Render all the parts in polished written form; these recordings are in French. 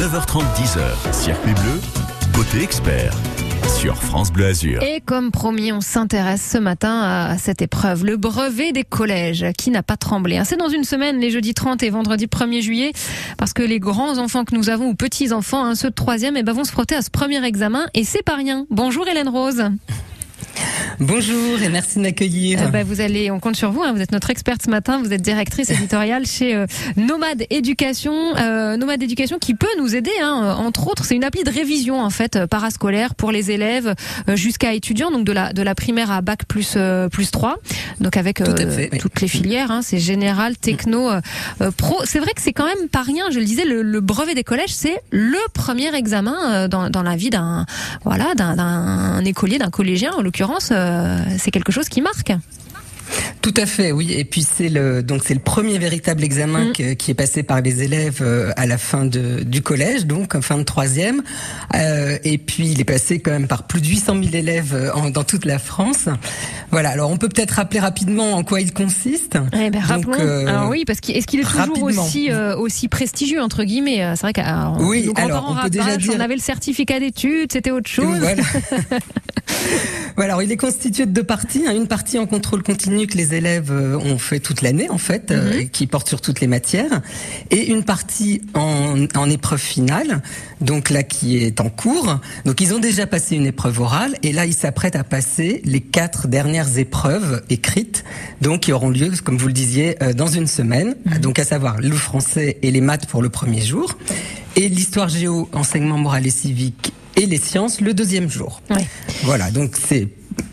9h30, 10h, Circuit Bleu, Côté Expert, sur France Bleu Azur. Et comme promis, on s'intéresse ce matin à cette épreuve, le brevet des collèges, qui n'a pas tremblé. C'est dans une semaine, les jeudis 30 et vendredi 1er juillet, parce que les grands enfants que nous avons, ou petits enfants, ceux de 3e, vont se frotter à ce premier examen, et c'est pas rien. Bonjour Hélène Rose. Bonjour et merci de m'accueillir. On compte sur vous, vous êtes notre experte ce matin, vous êtes directrice éditoriale chez Nomade Éducation. Nomade Éducation qui peut nous aider, entre autres, c'est une appli de révision en fait parascolaire pour les élèves jusqu'à étudiants, donc de la primaire à bac plus 3, donc avec toutes les filières, c'est général, techno, pro. C'est vrai que c'est quand même pas rien, je le disais, le brevet des collèges, c'est le premier examen dans la vie d'un écolier, d'un collégien en l'occurrence. C'est quelque chose qui marque. Tout à fait, oui. Et puis c'est le premier véritable examen qui est passé par les élèves à la fin du collège, donc en fin de 3e. Et puis il est passé quand même par plus de 800 000 élèves dans toute la France. Voilà. Alors on peut peut-être rappeler rapidement en quoi il consiste. Rappelons. Alors oui, parce est-ce qu'il est toujours aussi prestigieux entre guillemets. C'est vrai que oui. Alors on peut déjà dire. On avait le certificat d'études, c'était autre chose. Voilà. Voilà, alors il est constitué de deux parties, une partie en contrôle continu que les élèves ont fait toute l'année en fait, qui porte sur toutes les matières, et une partie en épreuve finale, donc là qui est en cours. Donc ils ont déjà passé une épreuve orale et là ils s'apprêtent à passer les 4 dernières épreuves écrites, donc qui auront lieu, comme vous le disiez, dans une semaine, donc à savoir le français et les maths pour le premier jour, et l'histoire géo, enseignement moral et civique et les sciences le 2e jour. Ouais. Voilà, donc ce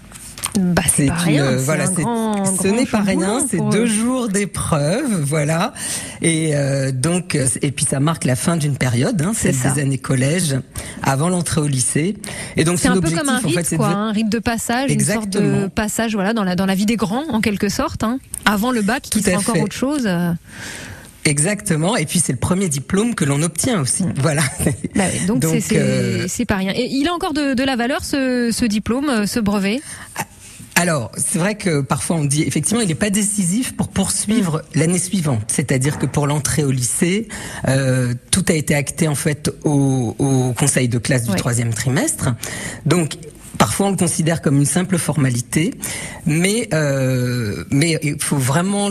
n'est pas rien, c'est 2 jours d'épreuve, voilà. Et et puis ça marque la fin d'une période, c'est des années collège avant l'entrée au lycée. Et donc c'est un peu comme un rite, un rite de passage, exactement. Une sorte de passage, dans la vie des grands en quelque sorte, avant le bac qui sera encore autre chose. Exactement, et puis c'est le premier diplôme que l'on obtient aussi. Voilà. Donc c'est pas rien. Et il a encore de la valeur ce diplôme, ce brevet. Alors, c'est vrai que parfois on dit effectivement il n'est pas décisif pour poursuivre l'année suivante. C'est-à-dire que pour l'entrée au lycée, tout a été acté en fait au conseil de classe du 3e trimestre. Donc parfois on le considère comme une simple formalité, mais il faut vraiment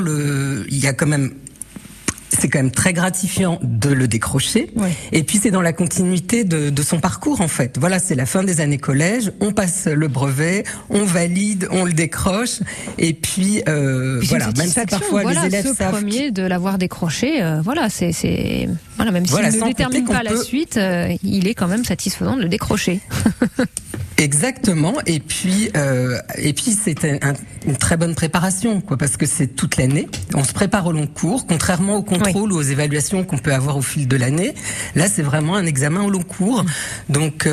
c'est quand même très gratifiant de le décrocher. Ouais. Et puis c'est dans la continuité de son parcours en fait. Voilà, c'est la fin des années collège, on passe le brevet, on valide, on le décroche. Et puis voilà, même si parfois les élèves savent premier de l'avoir décroché, même s'il ne détermine pas la suite, il est quand même satisfaisant de le décrocher. Exactement, et puis c'est une très bonne préparation, parce que c'est toute l'année. On se prépare au long cours, contrairement au contrôle ou aux évaluations qu'on peut avoir au fil de l'année. Là, c'est vraiment un examen au long cours. Donc,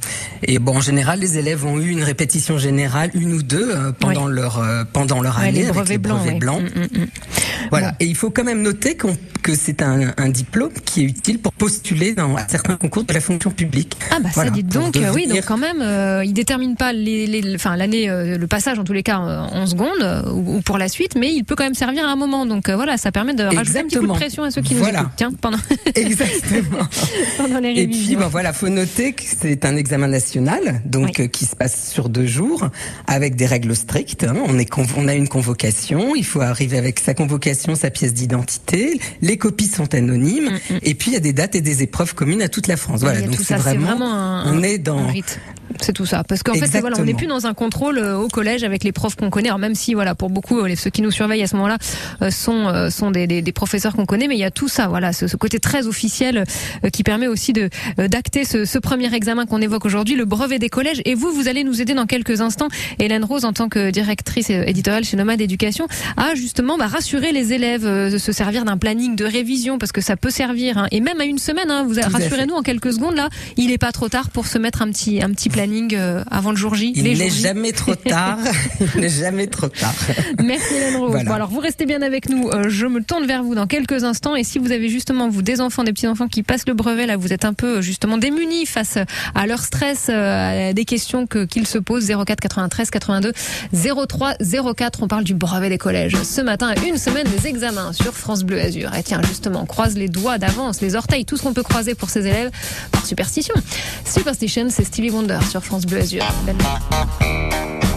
en général, les élèves ont eu une répétition générale, 1 ou 2 pendant leur année avec les brevets blancs. Voilà. Et il faut quand même noter que c'est un diplôme qui est utile pour postuler dans certains concours de la fonction publique. Ça dit donc, donc quand même. Il détermine pas l'année, le passage en tous les cas en seconde ou pour la suite, mais il peut quand même servir à un moment. Donc ça permet de rajouter un petit coup de pression à ceux qui nous écoutent. Pendant Exactement. pendant les révisions. Et puis faut noter que c'est un examen national, donc qui se passe sur 2 jours avec des règles strictes. On a une convocation, il faut arriver avec sa convocation, sa pièce d'identité. Les copies sont anonymes, et puis il y a des dates et des épreuves communes à toute la France. Voilà, donc c'est vraiment un rite. C'est tout ça, parce qu'en fait, on n'est plus dans un contrôle au collège avec les profs qu'on connaît. Alors même si, pour beaucoup, ceux qui nous surveillent à ce moment-là sont des professeurs qu'on connaît, mais il y a tout ça, ce côté très officiel qui permet aussi d'acter ce premier examen qu'on évoque aujourd'hui, le brevet des collèges. Et vous allez nous aider dans quelques instants, Hélène Rose, en tant que directrice éditoriale chez Nomade Éducation, à justement rassurer les élèves, se servir d'un planning de révision, parce que ça peut servir, et même à une semaine. Rassurez-nous en quelques secondes là, il n'est pas trop tard pour se mettre un petit planning avant le jour J. Il n'est jamais trop tard. Il n'est jamais trop tard. Merci Hélène Rose. Voilà. Bon, alors vous restez bien avec nous. Je me tourne vers vous dans quelques instants. Et si vous avez justement des enfants, des petits enfants qui passent le brevet, là, vous êtes un peu justement démunis face à leur stress, à des questions qu'ils se posent. 04 93 82 03 04. On parle du brevet des collèges. Ce matin, à une semaine des des examens sur France Bleu Azur. Et tiens, justement, croise les doigts d'avance, les orteils, tout ce qu'on peut croiser pour ses élèves par superstition. Superstition, c'est Stevie Wonder sur France Bleu Azur. Belle nuit.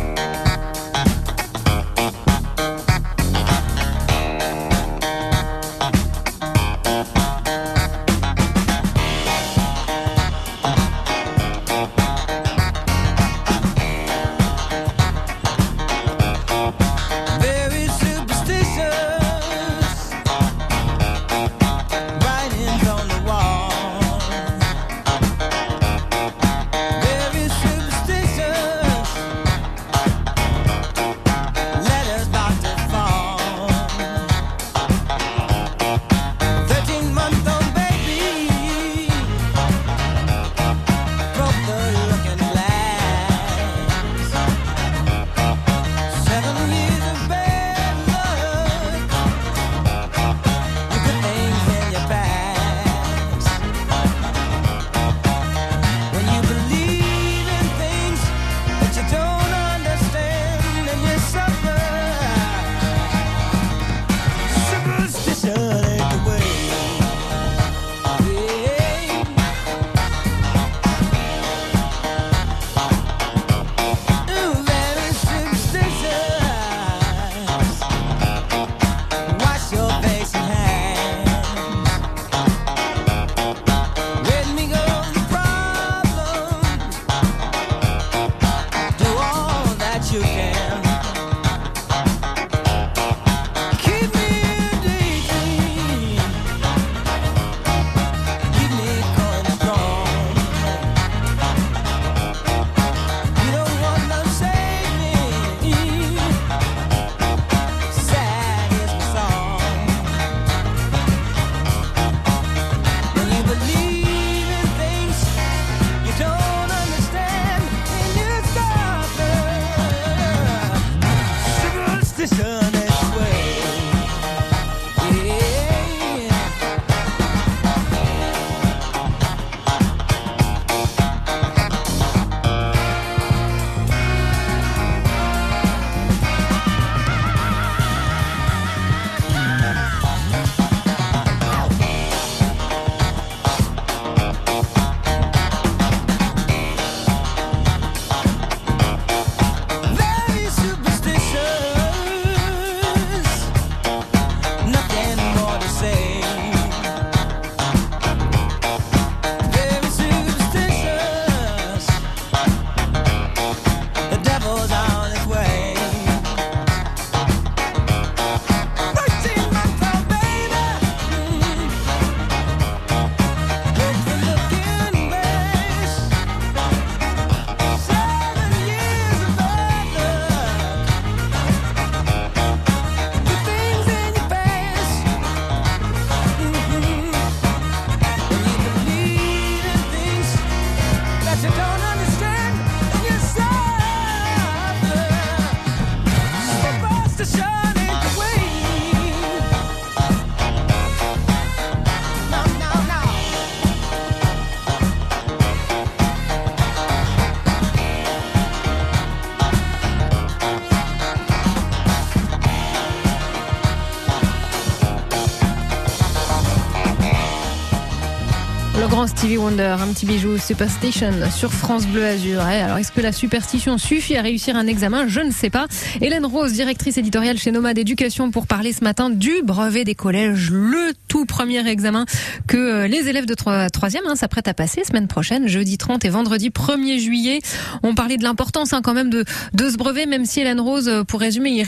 Le grand Stevie Wonder, un petit bijou, Superstition sur France Bleu Azur. Alors, est-ce que la superstition suffit à réussir un examen? Je ne sais pas. Hélène Rose, directrice éditoriale chez Nomade Éducation, pour parler ce matin du brevet des collèges, le tout premier examen que les élèves de 3e s'apprêtent à passer semaine prochaine, jeudi 30 et vendredi 1er juillet. On parlait de l'importance quand même de ce brevet, même si Hélène Rose, pour résumer,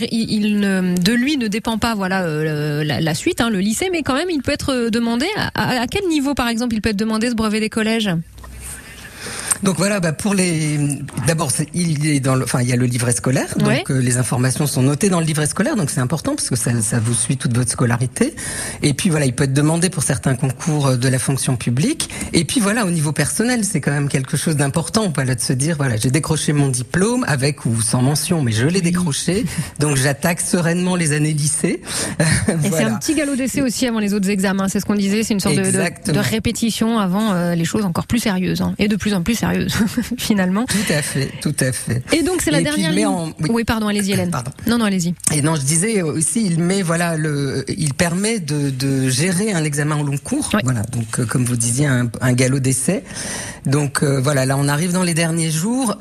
de lui ne dépend pas la suite, le lycée, mais quand même il peut être demandé. À quel niveau, par exemple, il peut être demandé ce brevet des collèges? Donc voilà, d'abord il y a le livret scolaire, donc les informations sont notées dans le livret scolaire, donc c'est important parce que ça vous suit toute votre scolarité. Et puis voilà, il peut être demandé pour certains concours de la fonction publique. Et puis voilà, au niveau personnel, c'est quand même quelque chose d'important, de se dire j'ai décroché mon diplôme avec ou sans mention, mais je l'ai décroché, donc j'attaque sereinement les années lycée. Et c'est un petit galop d'essai aussi avant les autres examens, c'est ce qu'on disait, c'est une sorte de répétition avant les choses encore plus sérieuses et de plus en plus sérieuses. sérieuse finalement. Tout à fait. Et donc c'est la dernière ligne. Oui, pardon, allez-y Hélène. Pardon. Non, allez-y. Et non, je disais aussi, il permet de gérer un examen en long cours. Oui. Voilà, donc comme vous disiez, un galop d'essai. Donc voilà, là on arrive dans les derniers jours.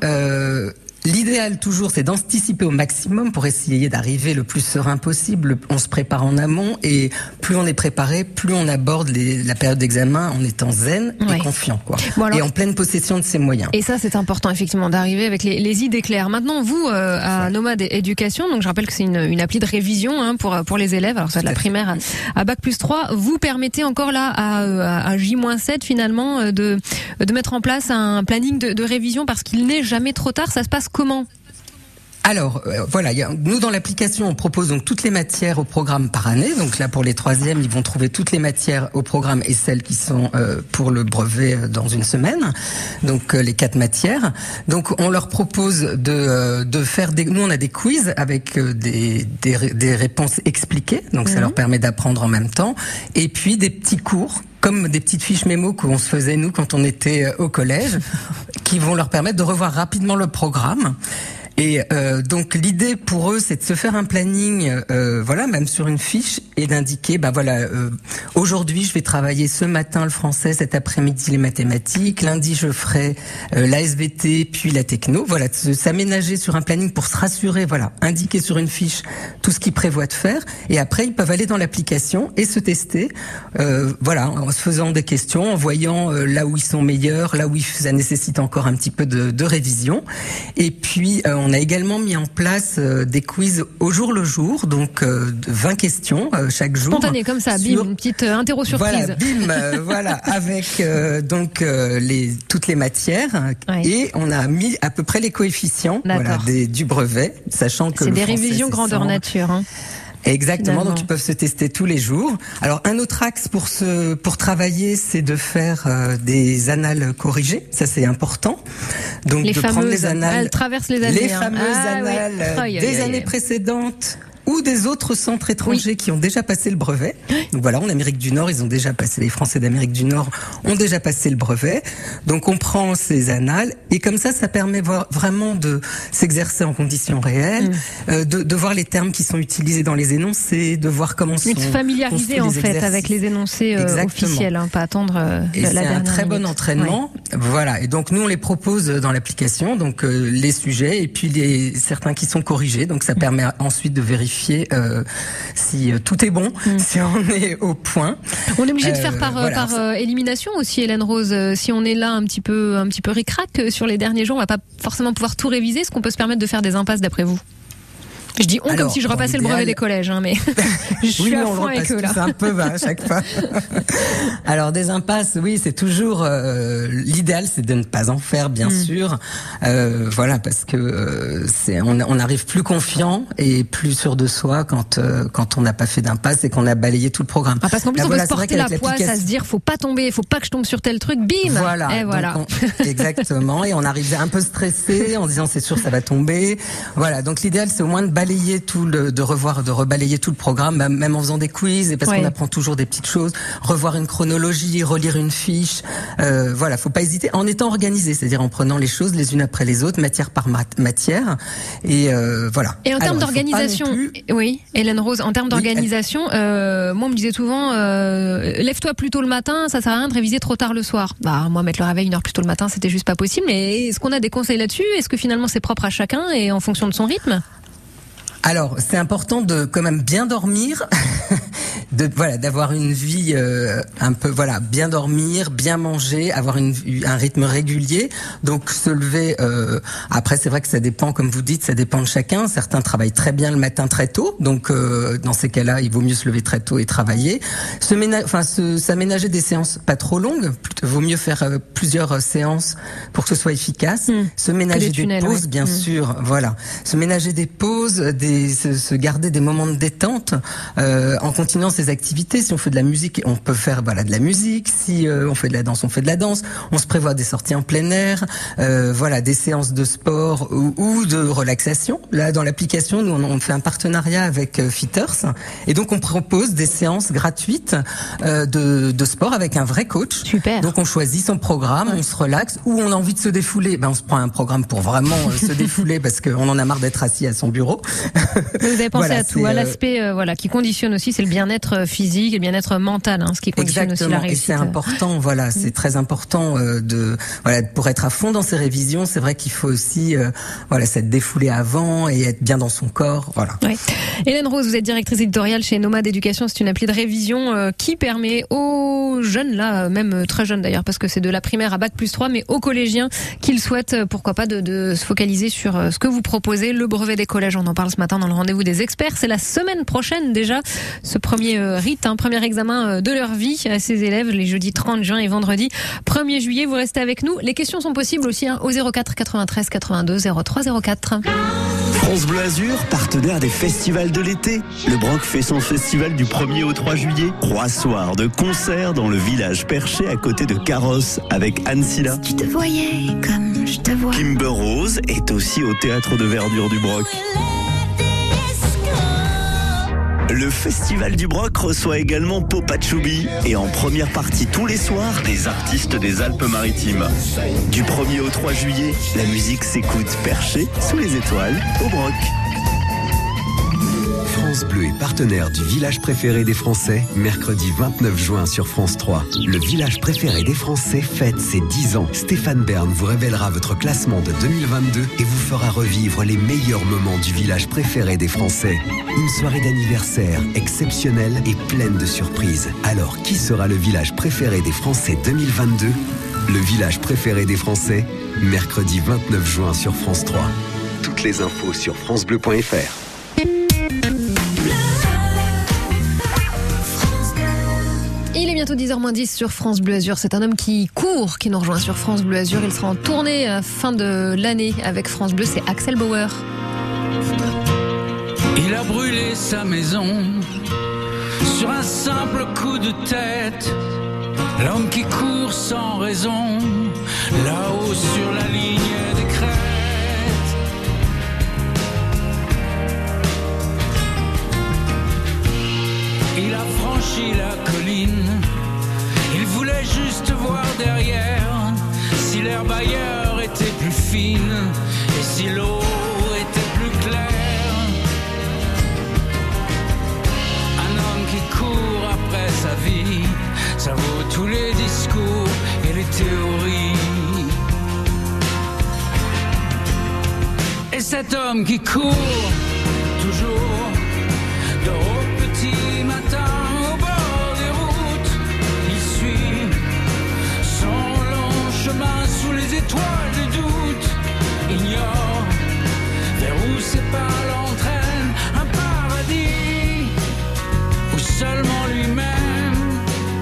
L'idéal toujours, c'est d'anticiper au maximum pour essayer d'arriver le plus serein possible. On se prépare en amont et plus on est préparé, plus on aborde la période d'examen en étant zen et confiant, quoi. Bon, alors, et en pleine possession de ses moyens. Et ça, c'est important effectivement d'arriver avec les idées claires. Maintenant, vous à Nomade Éducation, donc je rappelle que c'est une appli de révision pour les élèves. Alors ça de la primaire à Bac+3, vous permettez encore là à J-7 finalement de mettre en place un planning de révision parce qu'il n'est jamais trop tard. Ça se passe comment ? Alors voilà, nous dans l'application on propose donc toutes les matières au programme par année. Donc là pour les troisièmes ils vont trouver toutes les matières au programme et celles qui sont pour le brevet dans une semaine. Donc les 4 matières. Donc on leur propose de faire nous on a des quiz avec des réponses expliquées. Donc ça leur permet d'apprendre en même temps. Et puis des petits cours comme des petites fiches mémo qu'on se faisait nous quand on était au collège, qui vont leur permettre de revoir rapidement le programme. Et donc l'idée pour eux, c'est de se faire un planning, voilà, même sur une fiche, et d'indiquer, aujourd'hui je vais travailler ce matin le français, cet après-midi les mathématiques, lundi je ferai la SVT puis la techno. Voilà, de s'aménager sur un planning pour se rassurer, voilà, indiquer sur une fiche tout ce qu'ils prévoient de faire, et après ils peuvent aller dans l'application et se tester, voilà, en se faisant des questions, en voyant là où ils sont meilleurs, là où ça nécessite encore un petit peu de révision, et puis on a également mis en place des quiz au jour le jour, donc 20 questions chaque jour. Spontané comme ça, bim, une petite interro surprise. Voilà, bim, voilà, avec donc toutes les matières, et on a mis à peu près les coefficients du brevet, sachant que c'est des révisions grandeur nature. Hein. Exactement, finalement. Donc ils peuvent se tester tous les jours. Alors un autre axe pour travailler, c'est de faire des annales corrigées. Ça c'est important. Donc prendre les annales, elles traversent les années. Les fameuses annales des années précédentes ou des autres centres étrangers qui ont déjà passé le brevet. Donc voilà, en Amérique du Nord, ils ont déjà passé, les Français d'Amérique du Nord ont déjà passé le brevet. Donc on prend ces annales et comme ça permet vraiment de s'exercer en conditions réelles, de voir les termes qui sont utilisés dans les énoncés, de voir comment sont... Et de se familiariser en fait avec les énoncés officiels, pas attendre la dernière. Et c'est un très bon entraînement. Ouais. Voilà, et donc nous on les propose dans l'application, donc les sujets et puis certains qui sont corrigés, donc ça permet ensuite de vérifier si tout est bon, si on est au point. On est obligé de faire par élimination aussi, Hélène Rose. Si on est là un petit peu ric-rac sur les derniers jours, on va pas forcément pouvoir tout réviser. Est-ce qu'on peut se permettre de faire des impasses d'après vous ? Je dis comme si je repassais le brevet des collèges, mais je suis à fond avec eux là. C'est un peu bas à chaque fois. Alors des impasses, oui, c'est toujours l'idéal, c'est de ne pas en faire, bien sûr. Voilà, parce que on arrive plus confiant et plus sûr de soi quand on n'a pas fait d'impasse et qu'on a balayé tout le programme. Parce qu'en plus on peut se porter la poisse à se dire faut pas que je tombe sur tel truc, bim. Voilà, et voilà. Exactement. Et on arrive un peu stressé en disant c'est sûr ça va tomber. Voilà, donc l'idéal c'est au moins de rebalayer tout le programme, même en faisant des quiz, et parce qu'on apprend toujours des petites choses, revoir une chronologie, relire une fiche, voilà, faut pas hésiter, en étant organisé, c'est-à-dire en prenant les choses les unes après les autres, matière par matière, et voilà. Et en termes d'organisation, oui, Hélène Rose, en termes d'organisation, moi on me disait souvent, lève-toi plus tôt le matin, ça sert à rien de réviser trop tard le soir. Bah moi mettre le réveil 1 heure plus tôt le matin, c'était juste pas possible, mais est-ce qu'on a des conseils là-dessus ? Est-ce que finalement c'est propre à chacun et en fonction de son rythme ? Alors, c'est important de quand même bien dormir, d'avoir une vie bien dormir, bien manger, avoir un rythme régulier. Donc se lever. Après, c'est vrai que ça dépend, comme vous dites, ça dépend de chacun. Certains travaillent très bien le matin très tôt, donc dans ces cas-là, il vaut mieux se lever très tôt et travailler. S'aménager des séances pas trop longues. Vaut mieux faire plusieurs séances pour que ce soit efficace. Se ménager des pauses, bien sûr. Voilà. Se ménager des pauses, se garder des moments de détente en continuant ses activités. Si on fait de la musique, on peut faire de la musique. Si on fait de la danse, on fait de la danse. On se prévoit des sorties en plein air, des séances de sport ou de relaxation. Là, dans l'application, nous on fait un partenariat avec Fitters et donc on propose des séances gratuites de sport avec un vrai coach. Super. Donc Donc on choisit son programme, on se relaxe, ou on a envie de se défouler, on se prend un programme pour vraiment se défouler parce qu'on en a marre d'être assis à son bureau. Vous avez pensé à tout, à l'aspect qui conditionne aussi, c'est le bien-être physique et le bien-être mental, ce qui conditionne aussi la réussite. Et c'est important, c'est très important pour être à fond dans ses révisions. C'est vrai qu'il faut aussi s'être défoulé avant et être bien dans son corps. Voilà. Ouais. Hélène Rose, vous êtes directrice éditoriale chez Nomade Éducation. C'est une appli de révision qui permet aux jeunes, là même très jeunes d'ailleurs, parce que c'est de la primaire à bac+3, mais aux collégiens qu'ils souhaitent, pourquoi pas, de se focaliser sur ce que vous proposez, le brevet des collèges. On en parle ce matin dans le rendez-vous des experts. C'est la semaine prochaine déjà, ce premier rite, premier examen de leur vie à ces élèves, les jeudis 30 juin et vendredi 1er juillet. Vous restez avec nous. Les questions sont possibles aussi au 04 93 82 03 04. France Bleu Azur, partenaire des festivals de l'été. Le Broc fait son festival du 1er au 3 juillet. 3 soirs de concerts dans le village perché à côté de Carrosse avec Anne Silla. Si tu te voyais comme je te vois. Kimber Rose est aussi au théâtre de verdure du Broc. Le Festival du Broc reçoit également Popa Choubi et en première partie tous les soirs, des artistes des Alpes-Maritimes. Du 1er au 3 juillet, la musique s'écoute perchée sous les étoiles au Broc. France Bleu est partenaire du village préféré des Français, mercredi 29 juin sur France 3. Le village préféré des Français fête ses 10 ans. Stéphane Bern vous révélera votre classement de 2022 et vous fera revivre les meilleurs moments du village préféré des Français. Une soirée d'anniversaire exceptionnelle et pleine de surprises. Alors, qui sera le village préféré des Français 2022 ? Le village préféré des Français, mercredi 29 juin sur France 3. Toutes les infos sur francebleu.fr. Il est bientôt 10h-10 sur France Bleu Azur. C'est un homme qui court, qui nous rejoint sur France Bleu Azur. Il sera en tournée à la fin de l'année avec France Bleu. C'est Axel Bauer. Il a brûlé sa maison sur un simple coup de tête. L'homme qui court sans raison, là-haut sur la ligne des crêtes. Il a franchi la colline, il voulait juste voir derrière si l'herbe ailleurs était plus fine et si l'eau était plus claire. Un homme qui court après sa vie, ça vaut tous les discours et les théories. Et cet homme qui court toujours de au petit matin au bord des routes, il suit son long chemin sous les étoiles du doute, ignore vers où ses pas l'entraînent, un paradis ou seulement lui-même.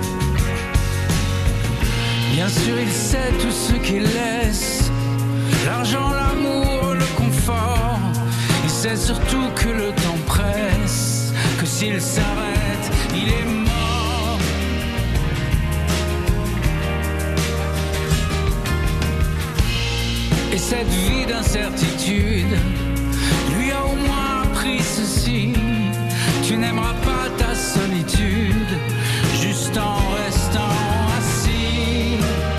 Bien sûr il sait tout ce qu'il laisse, l'argent, l'amour, le confort. Il sait surtout que le temps presse, que s'il s'arrête, il est mort. Et cette vie d'incertitude lui a au moins appris ceci: tu n'aimeras pas ta solitude juste en restant assis.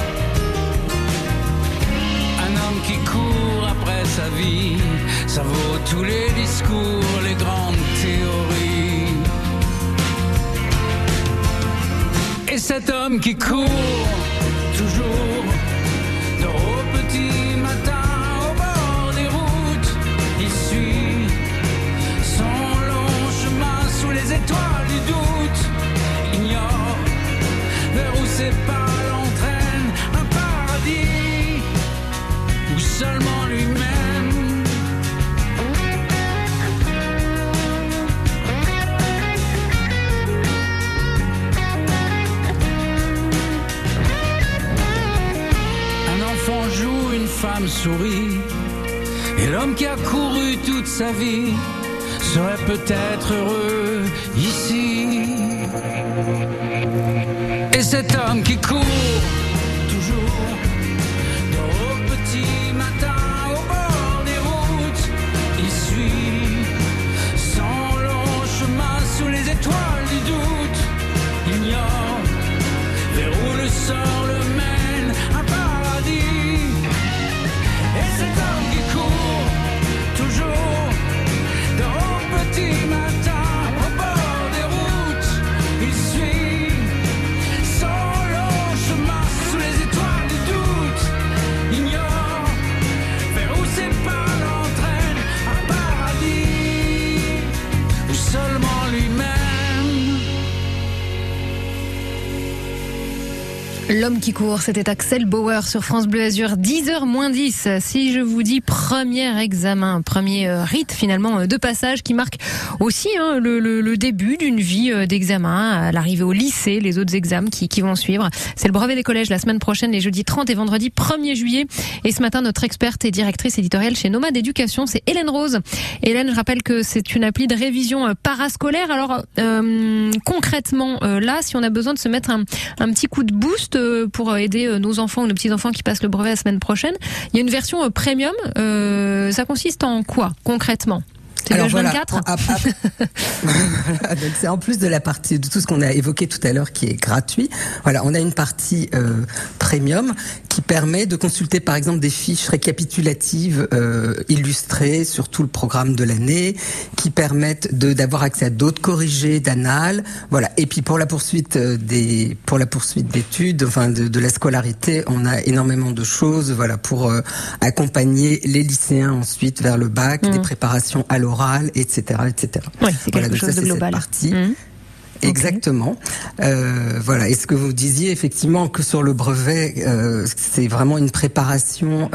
Un homme qui court après sa vie, ça vaut tous les discours, les grandes théories. Et cet homme qui court toujours de au petit matin au bord des routes, il suit son long chemin sous les étoiles du doute, ignore vers où ses pas l'entraînent, un paradis ou seulement lui-même. Joue, une femme sourit, et l'homme qui a couru toute sa vie serait peut-être heureux ici. Et cet homme qui court toujours au petit matin au bord des routes, il suit son long chemin sous les étoiles du doute, ignore vers où le sort le mène. L'homme qui court, c'était Axel Bauer sur France Bleu Azur, 10h-10. Si je vous dis premier examen, premier rite finalement de passage qui marque aussi le début d'une vie d'examen, à l'arrivée au lycée, les autres examens qui vont suivre. C'est le brevet des collèges la semaine prochaine, les jeudis 30 et vendredi 1er juillet. Et ce matin, notre experte et directrice éditoriale chez Nomade Éducation, c'est Hélène Rose. Hélène, je rappelle que c'est une appli de révision parascolaire. Alors concrètement, là, si on a besoin de se mettre un petit coup de boost pour aider nos enfants ou nos petits-enfants qui passent le brevet la semaine prochaine, il y a une version premium. Ça consiste en quoi concrètement ? C'est le H24. Voilà, donc c'est en plus de la partie de tout ce qu'on a évoqué tout à l'heure qui est gratuit. Voilà, on a une partie premium qui permet de consulter par exemple des fiches récapitulatives illustrées sur tout le programme de l'année, qui permettent d'avoir accès à d'autres corrigés d'annales. Voilà. Et puis pour la poursuite d'études, enfin de la scolarité, on a énormément de choses. Voilà, pour accompagner les lycéens ensuite vers le bac, des préparations à l'oral, etc., etc. Oui, c'est quelque chose de global. Cette partie. Exactement. Voilà. Et ce que vous disiez, effectivement, que sur le brevet, c'est vraiment une préparation,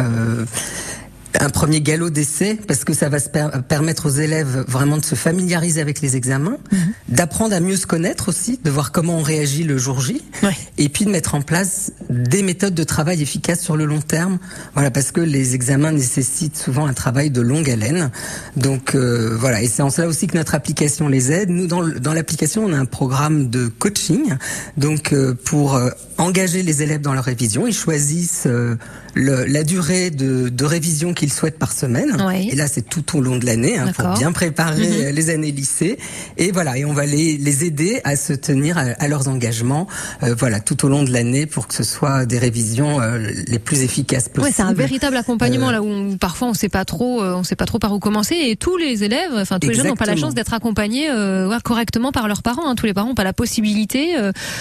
un premier galop d'essai, parce que ça va permettre aux élèves vraiment de se familiariser avec les examens, d'apprendre à mieux se connaître aussi, de voir comment on réagit le jour J, et puis de mettre en place des méthodes de travail efficaces sur le long terme. Voilà, parce que les examens nécessitent souvent un travail de longue haleine. Donc voilà, et c'est en cela aussi que notre application les aide. Nous, dans l'application, on a un programme de coaching, donc pour engager les élèves dans leur révision. Ils choisissent la durée de révision qu'ils souhaitent par semaine. Et là, c'est tout au long de l'année, pour bien préparer les années lycée. Et voilà, et on va les aider à se tenir à leurs engagements, voilà, tout au long de l'année, pour que ce soit des révisions les plus efficaces possibles. Ouais, c'est un véritable accompagnement là où parfois on sait pas trop par où commencer, et tous les élèves, enfin tous les jeunes n'ont pas la chance d'être accompagnés correctement par leurs parents. Tous les parents n'ont pas la possibilité,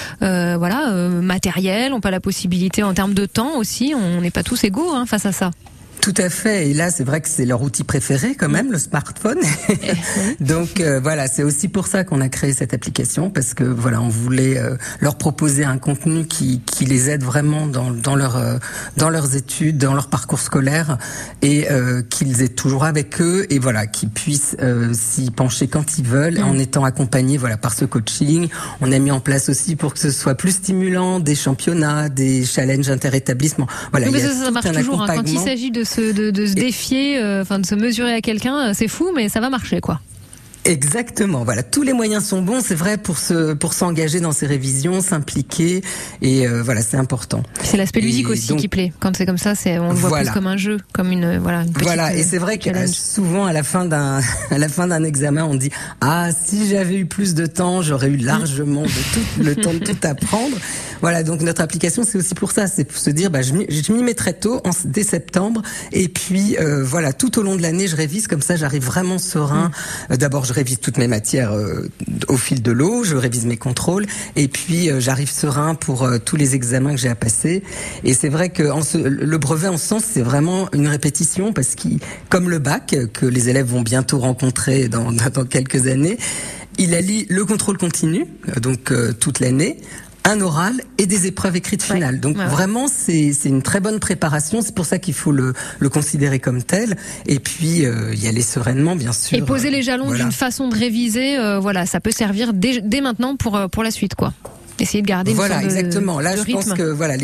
matérielle, n'ont pas la possibilité en termes de temps aussi. On n'est pas tous égaux face à ça. Tout à fait. Et là, c'est vrai que c'est leur outil préféré quand même, le smartphone. Donc voilà, c'est aussi pour ça qu'on a créé cette application, parce que voilà, on voulait leur proposer un contenu qui les aide vraiment dans leurs études, dans leur parcours scolaire, et qu'ils aient toujours avec eux, et voilà, qu'ils puissent s'y pencher quand ils veulent, en étant accompagnés voilà par ce coaching. On a mis en place aussi, pour que ce soit plus stimulant, des championnats, des challenges inter-établissements. Voilà, mais ça marche toujours quand il s'agit de se défier, de se mesurer à quelqu'un, c'est fou, mais ça va marcher, quoi. Exactement. Voilà, tous les moyens sont bons, c'est vrai, pour s'engager dans ces révisions, s'impliquer, et voilà, c'est important. C'est l'aspect ludique aussi qui plaît. Quand c'est comme ça, on le voit plus comme un jeu, comme une petite. Voilà, et c'est vrai que souvent à la fin d'un examen, on dit si j'avais eu plus de temps, j'aurais eu largement le temps de tout apprendre. Voilà, donc notre application, c'est aussi pour ça, c'est pour se dire je m'y mets très tôt, dès septembre, et puis voilà, tout au long de l'année, je révise, comme ça j'arrive vraiment serein. D'abord, je révise toutes mes matières au fil de l'eau, je révise mes contrôles, et puis j'arrive serein pour tous les examens que j'ai à passer. Et c'est vrai que le brevet, en ce sens, c'est vraiment une répétition, parce comme le bac, que les élèves vont bientôt rencontrer dans quelques années, il allie le contrôle continu, donc toute l'année, un oral et des épreuves écrites finales. Donc vraiment, c'est une très bonne préparation. C'est pour ça qu'il faut le considérer comme tel. Et puis y aller sereinement, bien sûr. Et poser les jalons d'une façon de réviser, ça peut servir dès maintenant pour la suite, quoi. Essayer de garder une sorte exactement. Là, de je rythme. pense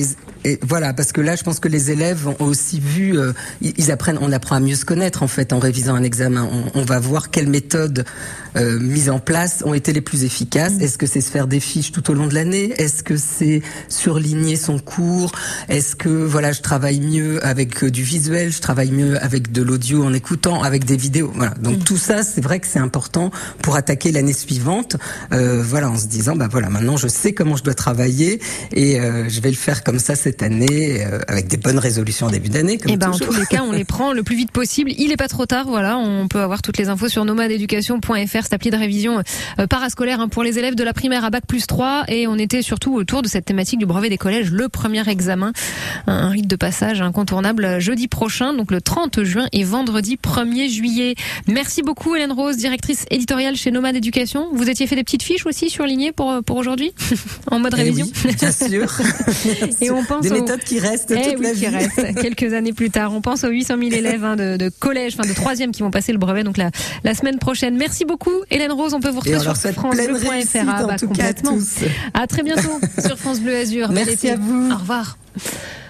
que parce que là, je pense que les élèves ont aussi vu, on apprend à mieux se connaître en fait en révisant un examen. On va voir quelles méthodes mises en place ont été les plus efficaces. Est-ce que c'est se faire des fiches tout au long de l'année? Est-ce que c'est surligner son cours? Est-ce que je travaille mieux avec du visuel, je travaille mieux avec de l'audio en écoutant, avec des vidéos. Voilà. Donc tout ça, c'est vrai que c'est important pour attaquer l'année suivante. En se disant maintenant je sais comment je dois travailler, et je vais le faire comme ça cette année, avec des bonnes résolutions en début d'année. En tous les cas, on les prend le plus vite possible. Il n'est pas trop tard. Voilà, on peut avoir toutes les infos sur nomadeeducation.fr, cette appli de révision parascolaire pour les élèves de la primaire à Bac+3. Et on était surtout autour de cette thématique du brevet des collèges, le premier examen, un rite de passage incontournable jeudi prochain, donc le 30 juin et vendredi 1er juillet. Merci beaucoup Hélène Rose, directrice éditoriale chez Nomade Éducation. Vous étiez fait des petites fiches aussi surlignées pour aujourd'hui? en mode révision. Oui, bien sûr. Et on pense des méthodes qui restent toute la vie. Qui restent quelques années plus tard. On pense aux 800 000 élèves de collège, de 3e qui vont passer le brevet donc la semaine prochaine. Merci beaucoup Hélène Rose, on peut vous retrouver sur francebleu.fr. Complètement. À très bientôt sur France Bleu Azur. Merci à vous. Au revoir.